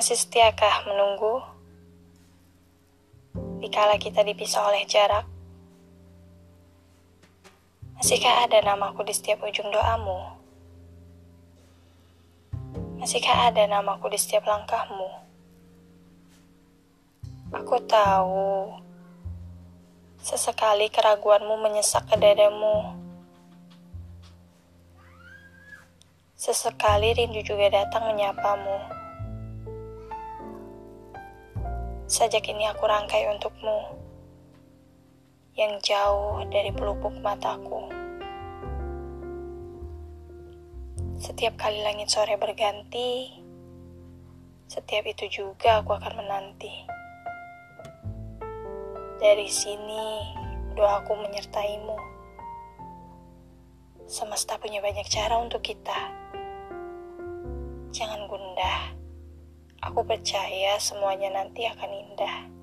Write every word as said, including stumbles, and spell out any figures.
Masih setiakah menunggu dikala kita dipisah oleh jarak? Masihkah ada namaku di setiap ujung doamu? Masihkah ada namaku di setiap langkahmu? Aku tahu sesekali keraguanmu menyesak ke dadamu. Sesekali rindu juga datang menyapamu. Sajak ini aku rangkai untukmu, yang jauh dari pelupuk mataku. Setiap kali langit sore berganti, setiap itu juga aku akan menanti. Dari sini, doaku menyertaimu. Semesta punya banyak cara untuk kita. Jangan gundah. Aku percaya semuanya nanti akan indah.